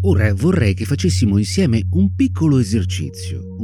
Ora vorrei che facessimo insieme un piccolo esercizio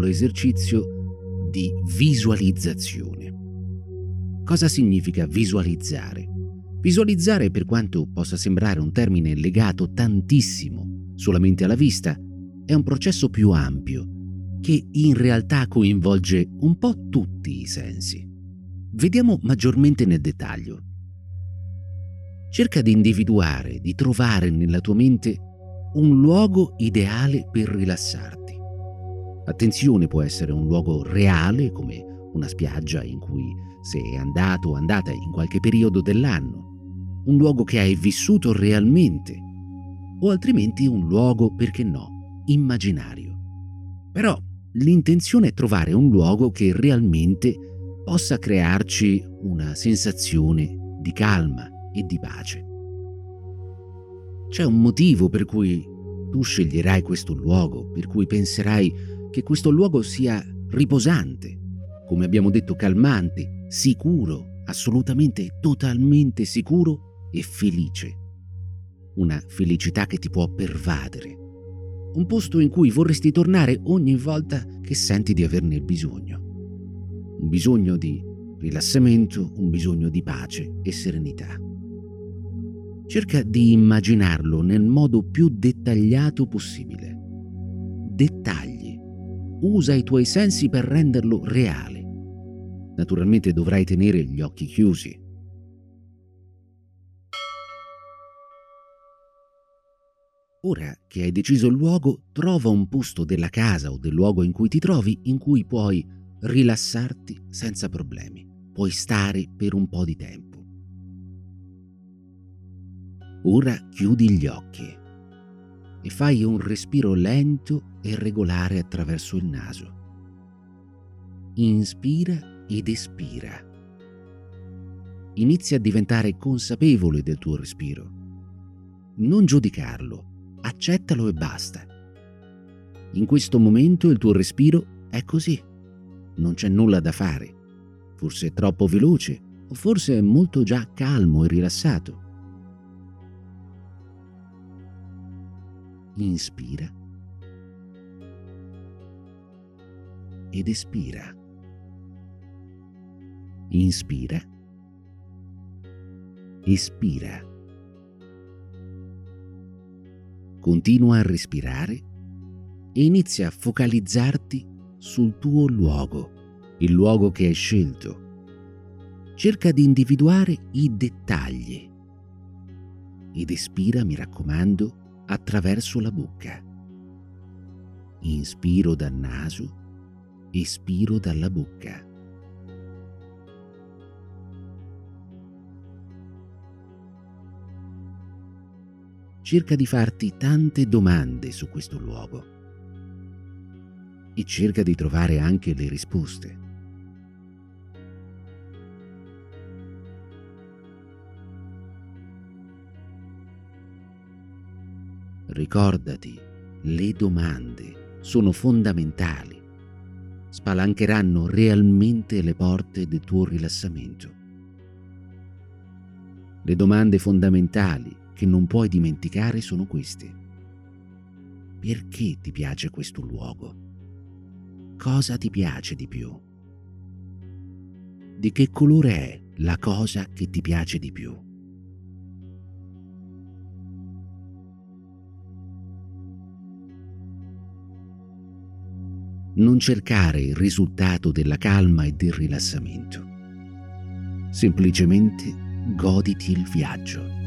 di visualizzazione. Cosa significa visualizzare? Visualizzare, per quanto possa sembrare un termine legato tantissimo solamente alla vista, è un processo più ampio che in realtà coinvolge un po' tutti i sensi. Vediamo maggiormente nel dettaglio. Cerca di individuare, di trovare nella tua mente un luogo ideale per rilassarti. Attenzione, può essere un luogo reale come una spiaggia in cui sei andato o andata in qualche periodo dell'anno, un luogo che hai vissuto realmente, o altrimenti un luogo, perché no, immaginario. Però l'intenzione è trovare un luogo che realmente possa crearci una sensazione di calma e di pace. C'è un motivo per cui tu sceglierai questo luogo, per cui penserai che questo luogo sia riposante, come abbiamo detto, calmante, sicuro, assolutamente, totalmente sicuro e felice. Una felicità che ti può pervadere. Un posto in cui vorresti tornare ogni volta che senti di averne bisogno. Un bisogno di rilassamento, un bisogno di pace e serenità. Cerca di immaginarlo nel modo più dettagliato possibile. Dettagli. Usa i tuoi sensi per renderlo reale. Naturalmente dovrai tenere gli occhi chiusi. Ora che hai deciso il luogo, trova un posto della casa o del luogo in cui ti trovi in cui puoi rilassarti senza problemi. Puoi stare per un po' di tempo. Ora chiudi gli occhi e fai un respiro lento e regolare attraverso il naso. Inspira ed espira. Inizia a diventare consapevole del tuo respiro. Non giudicarlo. Accettalo e basta. In questo momento il tuo respiro è così. Non c'è nulla da fare. Forse è troppo veloce o forse è molto già calmo e rilassato. Inspira ed espira. Inspira. Espira. Continua a respirare e inizia a focalizzarti sul tuo luogo, il luogo che hai scelto. Cerca di individuare i dettagli ed espira, mi raccomando, attraverso la bocca. Inspiro dal naso, espiro dalla bocca. Cerca di farti tante domande su questo luogo e cerca di trovare anche le risposte. Ricordati, le domande sono fondamentali, spalancheranno realmente le porte del tuo rilassamento. Le domande fondamentali che non puoi dimenticare sono queste. Perché ti piace questo luogo? Cosa ti piace di più? Di che colore è la cosa che ti piace di più? Non cercare il risultato della calma e del rilassamento. Semplicemente goditi il viaggio.